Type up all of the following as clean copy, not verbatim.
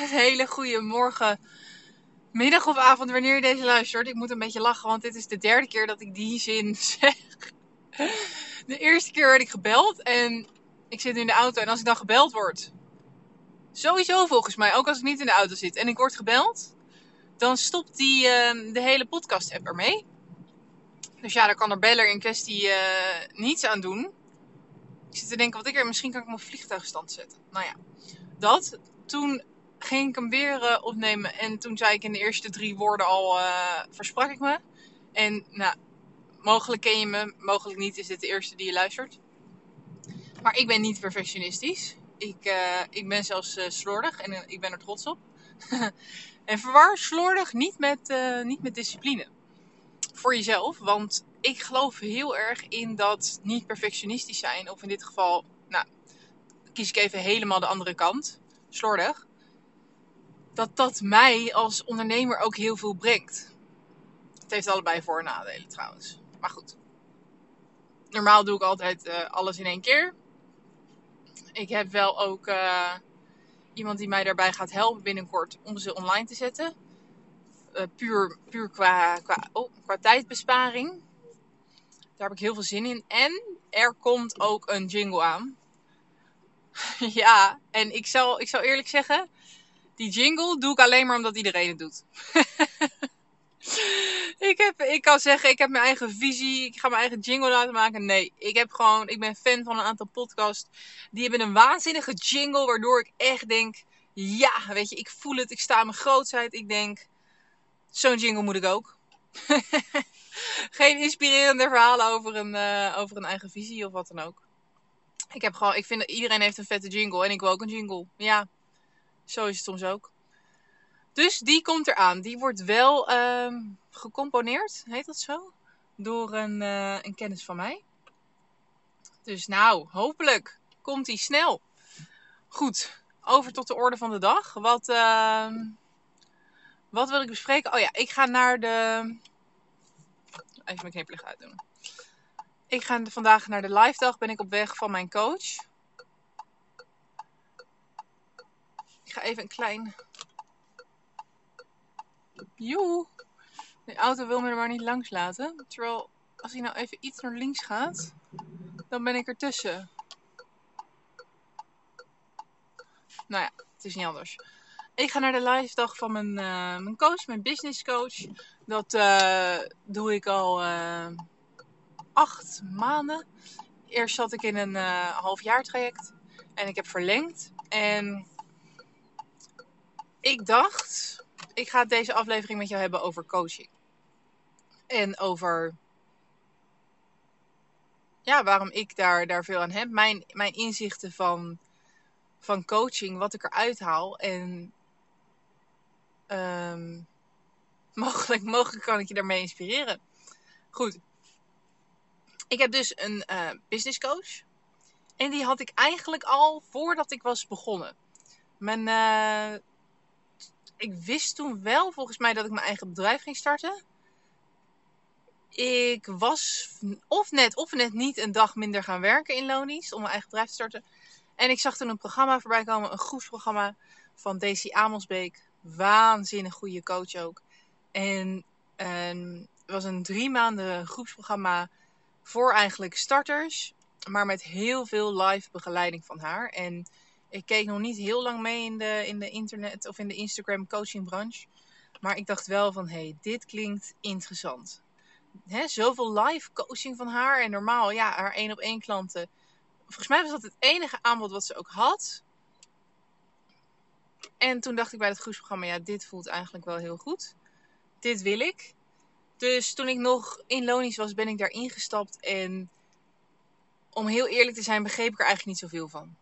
hele goede morgen, middag of avond wanneer je deze luistert. Ik moet een beetje lachen, want dit is de derde keer dat ik die zin zeg. De eerste keer werd ik gebeld en ik zit nu in de auto. En als ik dan gebeld word, sowieso volgens mij, ook als ik niet in de auto zit en ik word gebeld, dan stopt de hele podcast app ermee. Dus ja, daar kan de beller in kwestie niets aan doen. Ik zit te denken, misschien kan ik mijn vliegtuigstand zetten. Nou ja, dat. Toen ging ik hem weer opnemen. En toen zei ik in de eerste 3 woorden al, versprak ik me. En nou, mogelijk ken je me, mogelijk niet, is dit de eerste die je luistert. Maar ik ben niet perfectionistisch. Ik ben zelfs slordig en ik ben er trots op. En verwar slordig niet met discipline. Voor jezelf, want ik geloof heel erg in dat niet perfectionistisch zijn. Of in dit geval, nou, kies ik even helemaal de andere kant. Slordig. Dat mij als ondernemer ook heel veel brengt. Het heeft allebei voor- en nadelen trouwens. Maar goed. Normaal doe ik altijd alles in één keer. Ik heb wel ook iemand die mij daarbij gaat helpen binnenkort om ze online te zetten. Puur qua tijdbesparing. Daar heb ik heel veel zin in. En er komt ook een jingle aan. Ja, en ik zal eerlijk zeggen, die jingle doe ik alleen maar omdat iedereen het doet. Ik kan zeggen, ik heb mijn eigen visie. Ik ga mijn eigen jingle laten maken. Nee, ik ben fan van een aantal podcasts. Die hebben een waanzinnige jingle. Waardoor ik echt denk, ja, weet je, ik voel het. Ik sta in mijn grootheid. Ik denk, zo'n jingle moet ik ook. Geen inspirerende verhalen over een eigen visie of wat dan ook. Ik vind dat iedereen heeft een vette jingle. En ik wil ook een jingle. Ja, zo is het soms ook. Dus die komt eraan. Die wordt wel gecomponeerd, heet dat zo? Door een kennis van mij. Dus nou, hopelijk komt die snel. Goed, over tot de orde van de dag. Wat wil ik bespreken? Oh ja, ik ga naar de... Even mijn kniplicht uitdoen. Ik ga vandaag naar de live dag. Ben ik op weg van mijn coach. Ik ga even een klein... Joe! De auto wil me er maar niet langs laten. Terwijl, als hij nou even iets naar links gaat, dan ben ik ertussen. Nou ja, het is niet anders. Ik ga naar de live dag van mijn coach, mijn business coach. Dat doe ik al 8 maanden. Eerst zat ik in een halfjaar traject. En ik heb verlengd. En ik dacht, ik ga deze aflevering met jou hebben over coaching. En over, ja, waarom ik daar veel aan heb. Mijn inzichten van coaching, wat ik eruit haal. En mogelijk kan ik je daarmee inspireren. Goed. Ik heb dus een business coach. En die had ik eigenlijk al voordat ik was begonnen. Ik wist toen wel volgens mij dat ik mijn eigen bedrijf ging starten. Ik was of net niet een dag minder gaan werken in loondienst om mijn eigen bedrijf te starten. En ik zag toen een programma voorbij komen, een groepsprogramma van Daisy Amelsbeek. Waanzinnig goede coach ook. En het was een 3 maanden groepsprogramma voor eigenlijk starters. Maar met heel veel live begeleiding van haar. En ik keek nog niet heel lang mee in de internet of in de Instagram coaching branche. Maar ik dacht wel van, hey, dit klinkt interessant. Zoveel live coaching van haar. En normaal, ja, haar 1-op-1 klanten. Volgens mij was dat het enige aanbod wat ze ook had. En toen dacht ik bij het groepsprogramma, ja, dit voelt eigenlijk wel heel goed. Dit wil ik. Dus toen ik nog in loondienst was, ben ik daar ingestapt. En om heel eerlijk te zijn, begreep ik er eigenlijk niet zoveel van.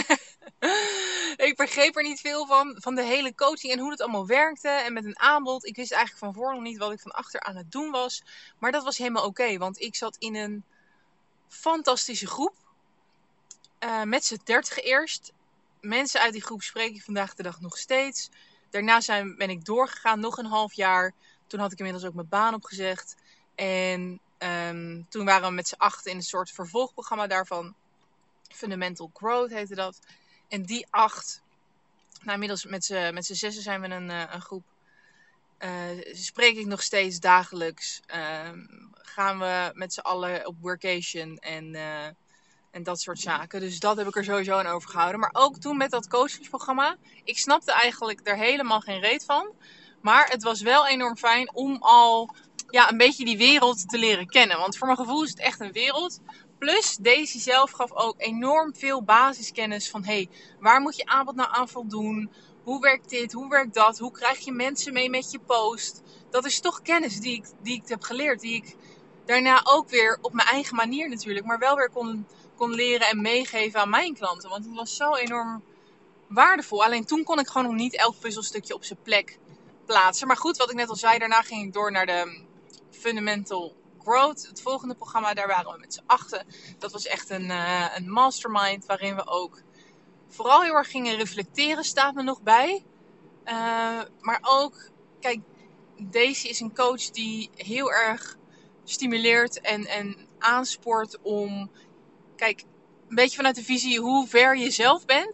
Ik begreep er niet veel van de hele coaching en hoe het allemaal werkte. En met een aanbod. Ik wist eigenlijk van voor nog niet wat ik van achter aan het doen was. Maar dat was helemaal oké, want ik zat in een fantastische groep. Met z'n 30 eerst. Mensen uit die groep spreek ik vandaag de dag nog steeds. Daarna ben ik doorgegaan, nog een half jaar. Toen had ik inmiddels ook mijn baan opgezegd. En toen waren we met z'n 8 in een soort vervolgprogramma daarvan. Fundamental Growth heette dat. En die 8 Nou, inmiddels met z'n zessen zijn we een groep. Spreek ik nog steeds dagelijks. Gaan we met z'n allen op workation en dat soort zaken. Dus dat heb ik er sowieso aan overgehouden. Maar ook toen met dat coachingsprogramma. Ik snapte eigenlijk er helemaal geen reet van. Maar het was wel enorm fijn om al een beetje die wereld te leren kennen. Want voor mijn gevoel is het echt een wereld. Plus, Daisy zelf gaf ook enorm veel basiskennis van... waar moet je aanbod nou aan voldoen? Hoe werkt dit? Hoe werkt dat? Hoe krijg je mensen mee met je post? Dat is toch kennis die ik heb geleerd. Die ik daarna ook weer op mijn eigen manier natuurlijk... maar wel weer kon leren en meegeven aan mijn klanten. Want het was zo enorm waardevol. Alleen toen kon ik gewoon nog niet elk puzzelstukje op zijn plek plaatsen. Maar goed, wat ik net al zei, daarna ging ik door naar de Fundamental Growth. Het volgende programma, daar waren we met z'n 8. Dat was echt een mastermind waarin we ook vooral heel erg gingen reflecteren, staat me nog bij. Maar ook, kijk, Daisy is een coach die heel erg stimuleert en aanspoort om... Kijk, een beetje vanuit de visie hoe ver je zelf bent.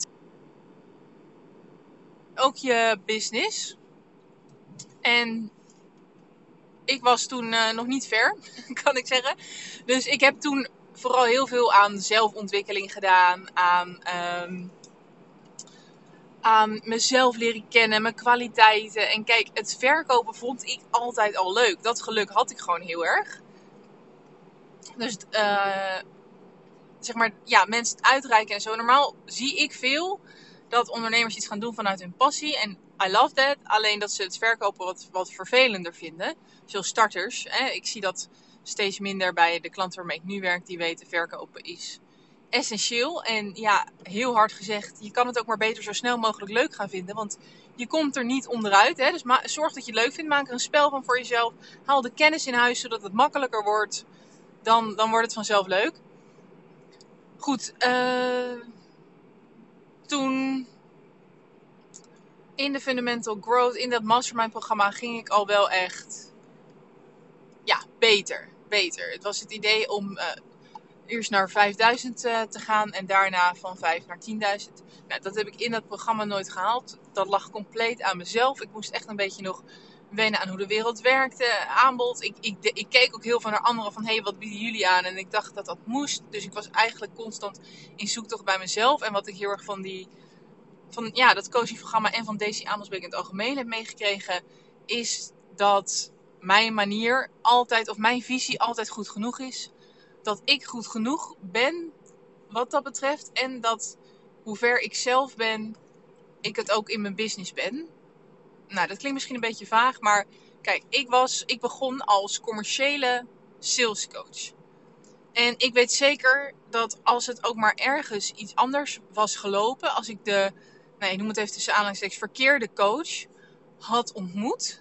Ook je business. En ik was toen nog niet ver, kan ik zeggen. Dus ik heb toen vooral heel veel aan zelfontwikkeling gedaan. Aan mezelf leren kennen, mijn kwaliteiten. En kijk, het verkopen vond ik altijd al leuk. Dat geluk had ik gewoon heel erg. Dus zeg maar, mensen het uitreiken en zo. Normaal zie ik veel dat ondernemers iets gaan doen vanuit hun passie. En I love that. Alleen dat ze het verkopen wat vervelender vinden. Zoals starters. Ik zie dat steeds minder bij de klanten waarmee ik nu werk. Die weten verkopen is essentieel. En heel hard gezegd. Je kan het ook maar beter zo snel mogelijk leuk gaan vinden. Want je komt er niet onderuit. Dus zorg dat je het leuk vindt. Maak er een spel van voor jezelf. Haal de kennis in huis zodat het makkelijker wordt. Dan wordt het vanzelf leuk. Goed, toen in de Fundamental Growth, in dat Mastermind programma, ging ik al wel echt beter. Het was het idee om eerst naar 5000 te gaan en daarna van 5 naar 10.000. Nou, dat heb ik in dat programma nooit gehaald. Dat lag compleet aan mezelf. Ik moest echt een beetje nog wennen aan hoe de wereld werkte, aanbod. Ik keek ook heel veel naar anderen van, wat bieden jullie aan? En ik dacht dat dat moest. Dus ik was eigenlijk constant in zoektocht bij mezelf. En wat ik heel erg van dat coachingprogramma en van Daisy Amelsbeek in het algemeen heb meegekregen, is dat mijn manier altijd, of mijn visie altijd goed genoeg is. Dat ik goed genoeg ben wat dat betreft. En dat hoe ver ik zelf ben, ik het ook in mijn business ben. Nou, dat klinkt misschien een beetje vaag, maar kijk, ik begon als commerciële salescoach. En ik weet zeker dat als het ook maar ergens iets anders was gelopen, als ik ik noem het even tussen aanhalingstekens, verkeerde coach had ontmoet,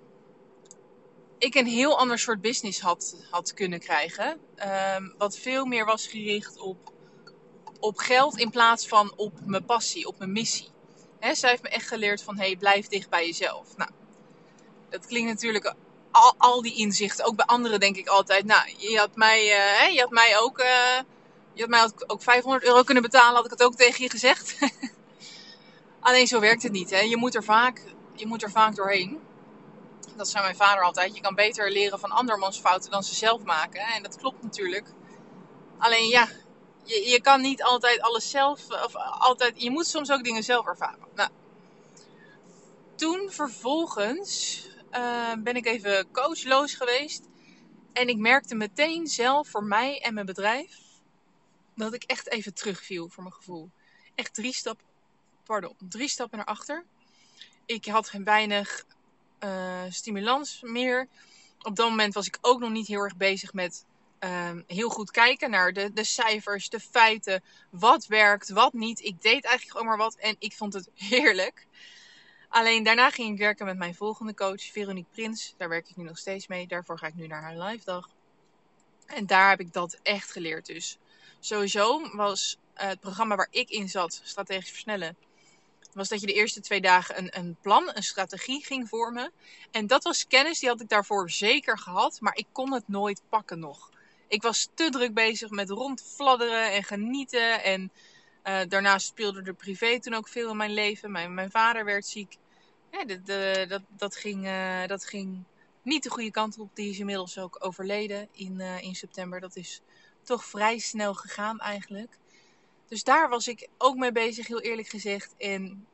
ik een heel ander soort business had kunnen krijgen. Wat veel meer was gericht op geld in plaats van op mijn passie, op mijn missie. Zij heeft me echt geleerd van, blijf dicht bij jezelf. Nou, dat klinkt natuurlijk al die inzichten. Ook bij anderen denk ik altijd, je had mij ook €500 kunnen betalen, had ik het ook tegen je gezegd. Alleen zo werkt het niet. Je moet er vaak doorheen. Dat zei mijn vader altijd. Je kan beter leren van andermans fouten dan ze zelf maken. En dat klopt natuurlijk. Alleen je kan niet altijd alles zelf. Je moet soms ook dingen zelf ervaren. Nou, toen vervolgens ben ik even coachloos geweest. En ik merkte meteen zelf voor mij en mijn bedrijf dat ik echt even terugviel voor mijn gevoel. Echt 3 stappen naar achter. Ik had weinig stimulans meer. Op dat moment was ik ook nog niet heel erg bezig met heel goed kijken naar de cijfers, de feiten. Wat werkt, wat niet. Ik deed eigenlijk gewoon maar wat en ik vond het heerlijk. Alleen daarna ging ik werken met mijn volgende coach, Veronique Prins. Daar werk ik nu nog steeds mee. Daarvoor ga ik nu naar haar live dag. En daar heb ik dat echt geleerd. Dus sowieso was het programma waar ik in zat, Strategisch Versnellen, was dat je de eerste 2 dagen een plan, een strategie ging vormen. En dat was kennis, die had ik daarvoor zeker gehad. Maar ik kon het nooit pakken nog. Ik was te druk bezig met rondfladderen en genieten. En Daarnaast speelde er privé toen ook veel in mijn leven. Mijn vader werd ziek. Ja, dat ging niet de goede kant op. Die is inmiddels ook overleden in september. Dat is toch vrij snel gegaan eigenlijk. Dus daar was ik ook mee bezig, heel eerlijk gezegd. En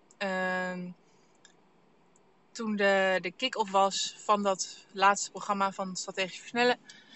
toen de kick-off was van dat laatste programma van Strategisch Versnellen,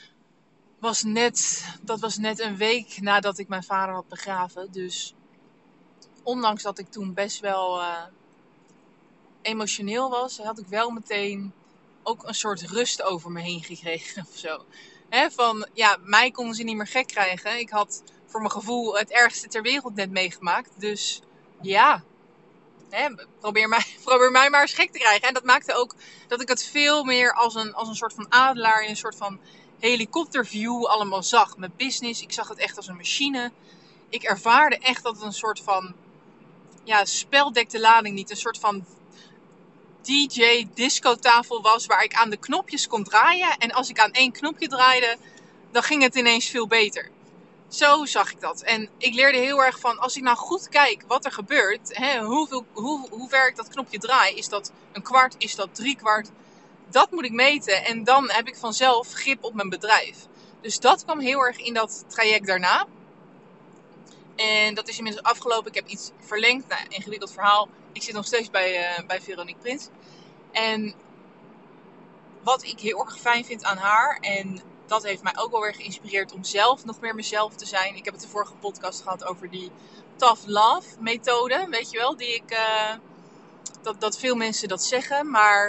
dat was net een week nadat ik mijn vader had begraven. Dus ondanks dat ik toen best wel emotioneel was, had ik wel meteen ook een soort rust over me heen gekregen of zo. Van, ja, mij konden ze niet meer gek krijgen. Ik had voor mijn gevoel het ergste ter wereld net meegemaakt. Dus ja, probeer mij maar eens gek te krijgen. En dat maakte ook dat ik het veel meer als een soort van adelaar in een soort van helikopterview allemaal zag. Mijn business, ik zag het echt als een machine. Ik ervaarde echt dat het een soort van, ja, spel dekt de lading niet. Een soort van DJ-discotafel was waar ik aan de knopjes kon draaien. En als ik aan één knopje draaide, dan ging het ineens veel beter. Zo zag ik dat. En ik leerde heel erg van, als ik nou goed kijk wat er gebeurt, hoe ver ik dat knopje draai, is dat een kwart, is dat 3/4, dat moet ik meten. En dan heb ik vanzelf grip op mijn bedrijf. Dus dat kwam heel erg in dat traject daarna. En dat is inmiddels afgelopen. Ik heb iets verlengd. Nou, ingewikkeld verhaal. Ik zit nog steeds bij Veronique Prins. En wat ik heel erg fijn vind aan haar, en dat heeft mij ook wel weer geïnspireerd om zelf nog meer mezelf te zijn. Ik heb het de vorige podcast gehad over die tough love methode, weet je wel. Die ik, dat veel mensen dat zeggen. Maar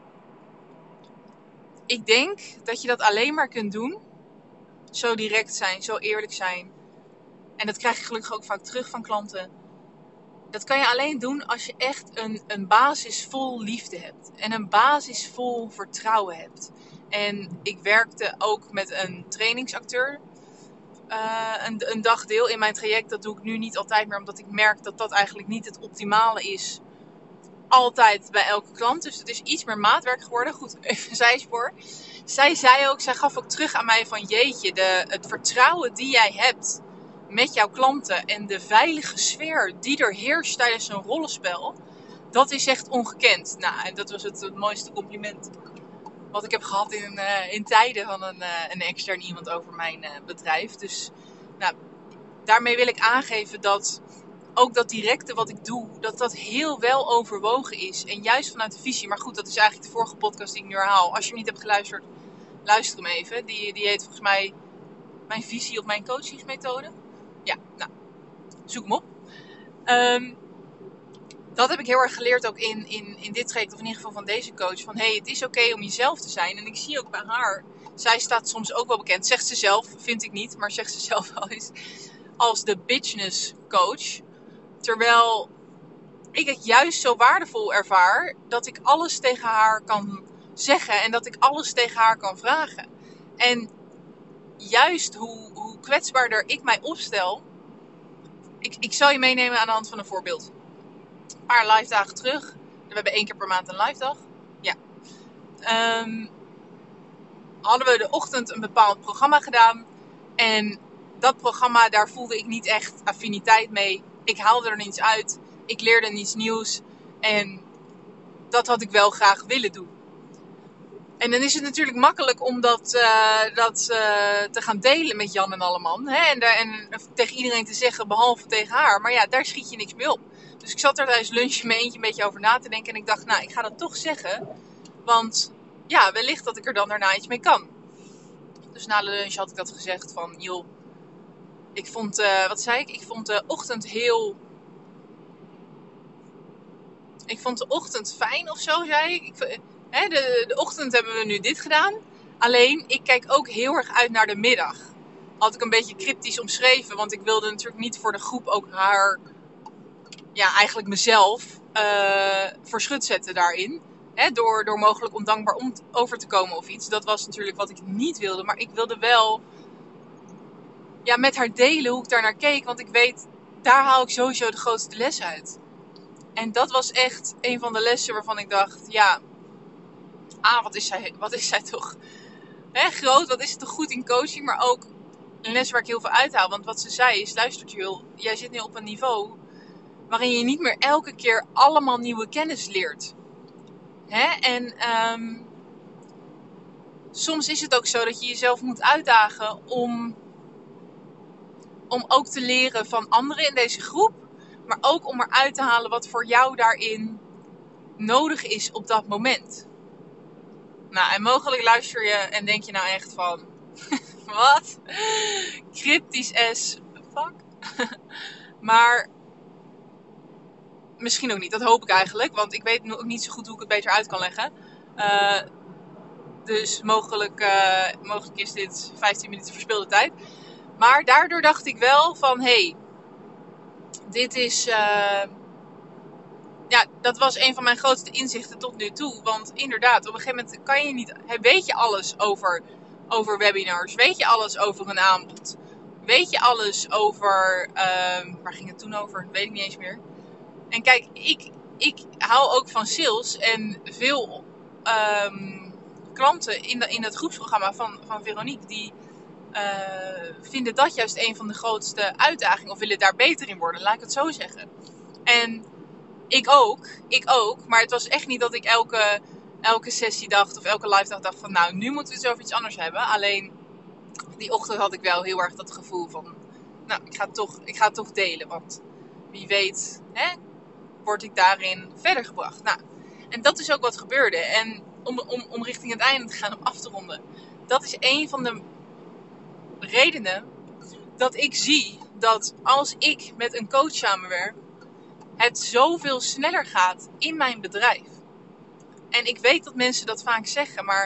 ik denk dat je dat alleen maar kunt doen. Zo direct zijn, zo eerlijk zijn. En dat krijg je gelukkig ook vaak terug van klanten. Dat kan je alleen doen als je echt een basis vol liefde hebt. En een basis vol vertrouwen hebt. En ik werkte ook met een trainingsacteur. Een dagdeel in mijn traject. Dat doe ik nu niet altijd meer. Omdat ik merk dat dat eigenlijk niet het optimale is. Altijd bij elke klant. Dus het is iets meer maatwerk geworden. Goed, even een zijspoor. Zij gaf ook terug aan mij van, jeetje, het vertrouwen die jij hebt met jouw klanten en de veilige sfeer die er heerst tijdens een rollenspel, dat is echt ongekend. Nou, en dat was het mooiste compliment wat ik heb gehad in tijden van een extern iemand over mijn bedrijf. Dus nou, daarmee wil ik aangeven dat ook dat directe wat ik doe, dat heel wel overwogen is. En juist vanuit de visie. Maar goed, dat is eigenlijk de vorige podcast die ik nu herhaal. Als je hem niet hebt geluisterd, luister hem even. Die heet volgens mij Mijn visie op mijn coachingsmethode. Ja, nou, zoek hem op. Dat heb ik heel erg geleerd ook in dit traject, of in ieder geval van deze coach. Van het is oké om jezelf te zijn. En ik zie ook bij haar, zij staat soms ook wel bekend, zegt ze zelf, vind ik niet, maar zegt ze zelf wel eens, als de bitchness coach. Terwijl ik het juist zo waardevol ervaar dat ik alles tegen haar kan zeggen en dat ik alles tegen haar kan vragen. En juist hoe kwetsbaarder ik mij opstel. Ik zal je meenemen aan de hand van een voorbeeld. Een paar live dagen terug. We hebben 1 keer per maand een live dag. Ja. Hadden we de ochtend een bepaald programma gedaan. En dat programma, daar voelde ik niet echt affiniteit mee. Ik haalde er niets uit. Ik leerde niets nieuws. En dat had ik wel graag willen doen. En dan is het natuurlijk makkelijk om dat te gaan delen met Jan en Alleman. En tegen iedereen te zeggen, behalve tegen haar. Maar ja, daar schiet je niks mee op. Dus ik zat er tijdens lunch mijn eentje een beetje over na te denken. En ik dacht, nou, ik ga dat toch zeggen. Want ja, wellicht dat ik er dan daarna iets mee kan. Dus na de lunch had ik dat gezegd van, joh, ik vond, wat zei ik? Ik vond de ochtend Ik vond de ochtend fijn of zo, zei ik. De ochtend hebben we nu dit gedaan. Alleen, ik kijk ook heel erg uit naar de middag. Had ik een beetje cryptisch omschreven. Want ik wilde natuurlijk niet voor de groep ook haar, ja, eigenlijk mezelf voor schut zetten daarin. Door mogelijk ondankbaar over te komen of iets. Dat was natuurlijk wat ik niet wilde. Maar ik wilde wel met haar delen hoe ik daar naar keek. Want ik weet, daar haal ik sowieso de grootste les uit. En dat was echt een van de lessen waarvan ik dacht, ja, wat is zij toch groot, wat is het toch goed in coaching, maar ook een les waar ik heel veel uithaal. Want wat ze zei is, luister Jill, jij zit nu op een niveau waarin je niet meer elke keer allemaal nieuwe kennis leert. Hè? En soms is het ook zo dat je jezelf moet uitdagen om ook te leren van anderen in deze groep. Maar ook om eruit te halen wat voor jou daarin nodig is op dat moment. Nou, en mogelijk luister je en denk je nou echt van... Wat? Cryptisch as fuck. Maar misschien ook niet. Dat hoop ik eigenlijk. Want ik weet ook niet zo goed hoe ik het beter uit kan leggen. Dus mogelijk is dit 15 minuten verspilde tijd. Maar daardoor dacht ik wel van... Hey, dit is... Ja, dat was een van mijn grootste inzichten tot nu toe. Want inderdaad, op een gegeven moment kan je niet... Weet je alles over webinars? Weet je alles over een aanbod? Weet je alles over... waar ging het toen over? Weet ik niet eens meer. En kijk, ik hou ook van sales. En veel klanten in het groepsprogramma van Veronique... die vinden dat juist een van de grootste uitdagingen. Of willen daar beter in worden, laat ik het zo zeggen. En ik ook. Maar het was echt niet dat ik elke sessie dacht of elke live dag dacht van... Nou, nu moeten we het over iets anders hebben. Alleen die ochtend had ik wel heel erg dat gevoel van... Nou, ik ga het toch delen. Want wie weet, word ik daarin verder gebracht. Nou, en dat is ook wat gebeurde. En om richting het einde te gaan, om af te ronden. Dat is een van de redenen dat ik zie dat als ik met een coach samenwerk... het zoveel sneller gaat in mijn bedrijf. En ik weet dat mensen dat vaak zeggen, maar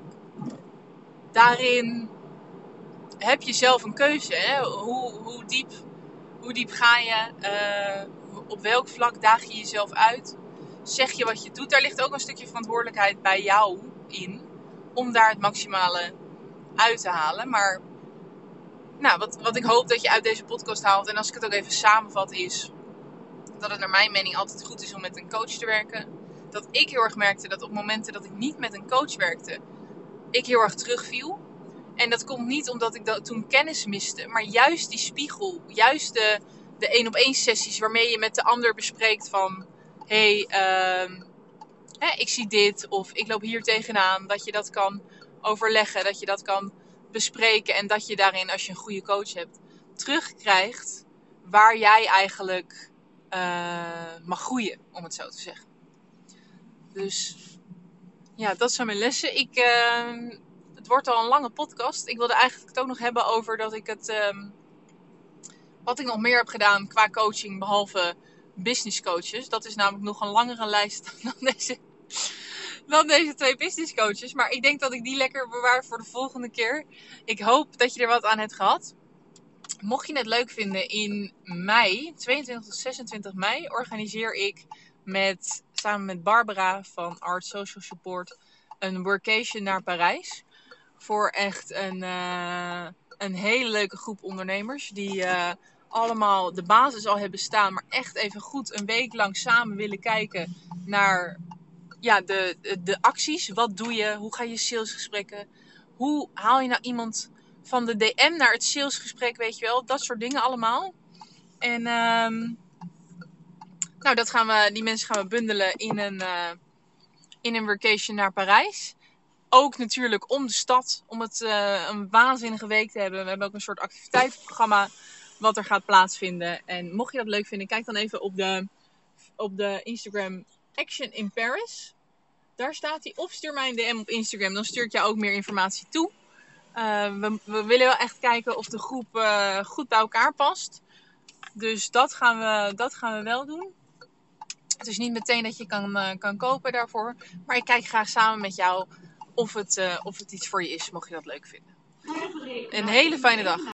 daarin heb je zelf een keuze. Hè? Hoe diep ga je? Op welk vlak daag je jezelf uit? Zeg je wat je doet? Daar ligt ook een stukje verantwoordelijkheid bij jou in. Om daar het maximale uit te halen. Maar nou, wat ik hoop dat je uit deze podcast haalt. En als ik het ook even samenvat is... dat het naar mijn mening altijd goed is om met een coach te werken. Dat ik heel erg merkte dat op momenten dat ik niet met een coach werkte... ik heel erg terugviel. En dat komt niet omdat ik toen kennis miste. Maar juist die spiegel. Juist de 1-op-1 sessies waarmee je met de ander bespreekt van... Hey, ik zie dit. Of ik loop hier tegenaan. Dat je dat kan overleggen. Dat je dat kan bespreken. En dat je daarin, als je een goede coach hebt, terugkrijgt waar jij eigenlijk mag groeien. Om het zo te zeggen. Dus ja, dat zijn mijn lessen. Het wordt al een lange podcast. Ik wilde eigenlijk het ook nog hebben over dat ik wat ik nog meer heb gedaan qua coaching, behalve business coaches. Dat is namelijk nog een langere lijst dan deze 2 business coaches. Maar ik denk dat ik die lekker bewaar voor de volgende keer. Ik hoop dat je er wat aan hebt gehad. Mocht je het leuk vinden, in mei, 22 tot 26 mei, organiseer ik samen met Barbara van Art Social Support een workation naar Parijs. Voor echt een hele leuke groep ondernemers die allemaal de basis al hebben staan. Maar echt even goed een week lang samen willen kijken naar de acties. Wat doe je? Hoe ga je salesgesprekken? Hoe haal je nou iemand van de DM naar het salesgesprek? Weet je wel? Dat soort dingen allemaal. En nou, die mensen gaan we bundelen in een workation naar Parijs. Ook natuurlijk om de stad. Om het een waanzinnige week te hebben. We hebben ook een soort activiteitsprogramma wat er gaat plaatsvinden. En mocht je dat leuk vinden, kijk dan even op de Instagram Action in Paris. Daar staat hij. Of stuur mij een DM op Instagram. Dan stuur ik jou ook meer informatie toe. We willen wel echt kijken of de groep goed bij elkaar past. Dus dat gaan we wel doen. Het is niet meteen dat je kan kopen daarvoor. Maar ik kijk graag samen met jou of het iets voor je is, mocht je dat leuk vinden. Een hele fijne dag.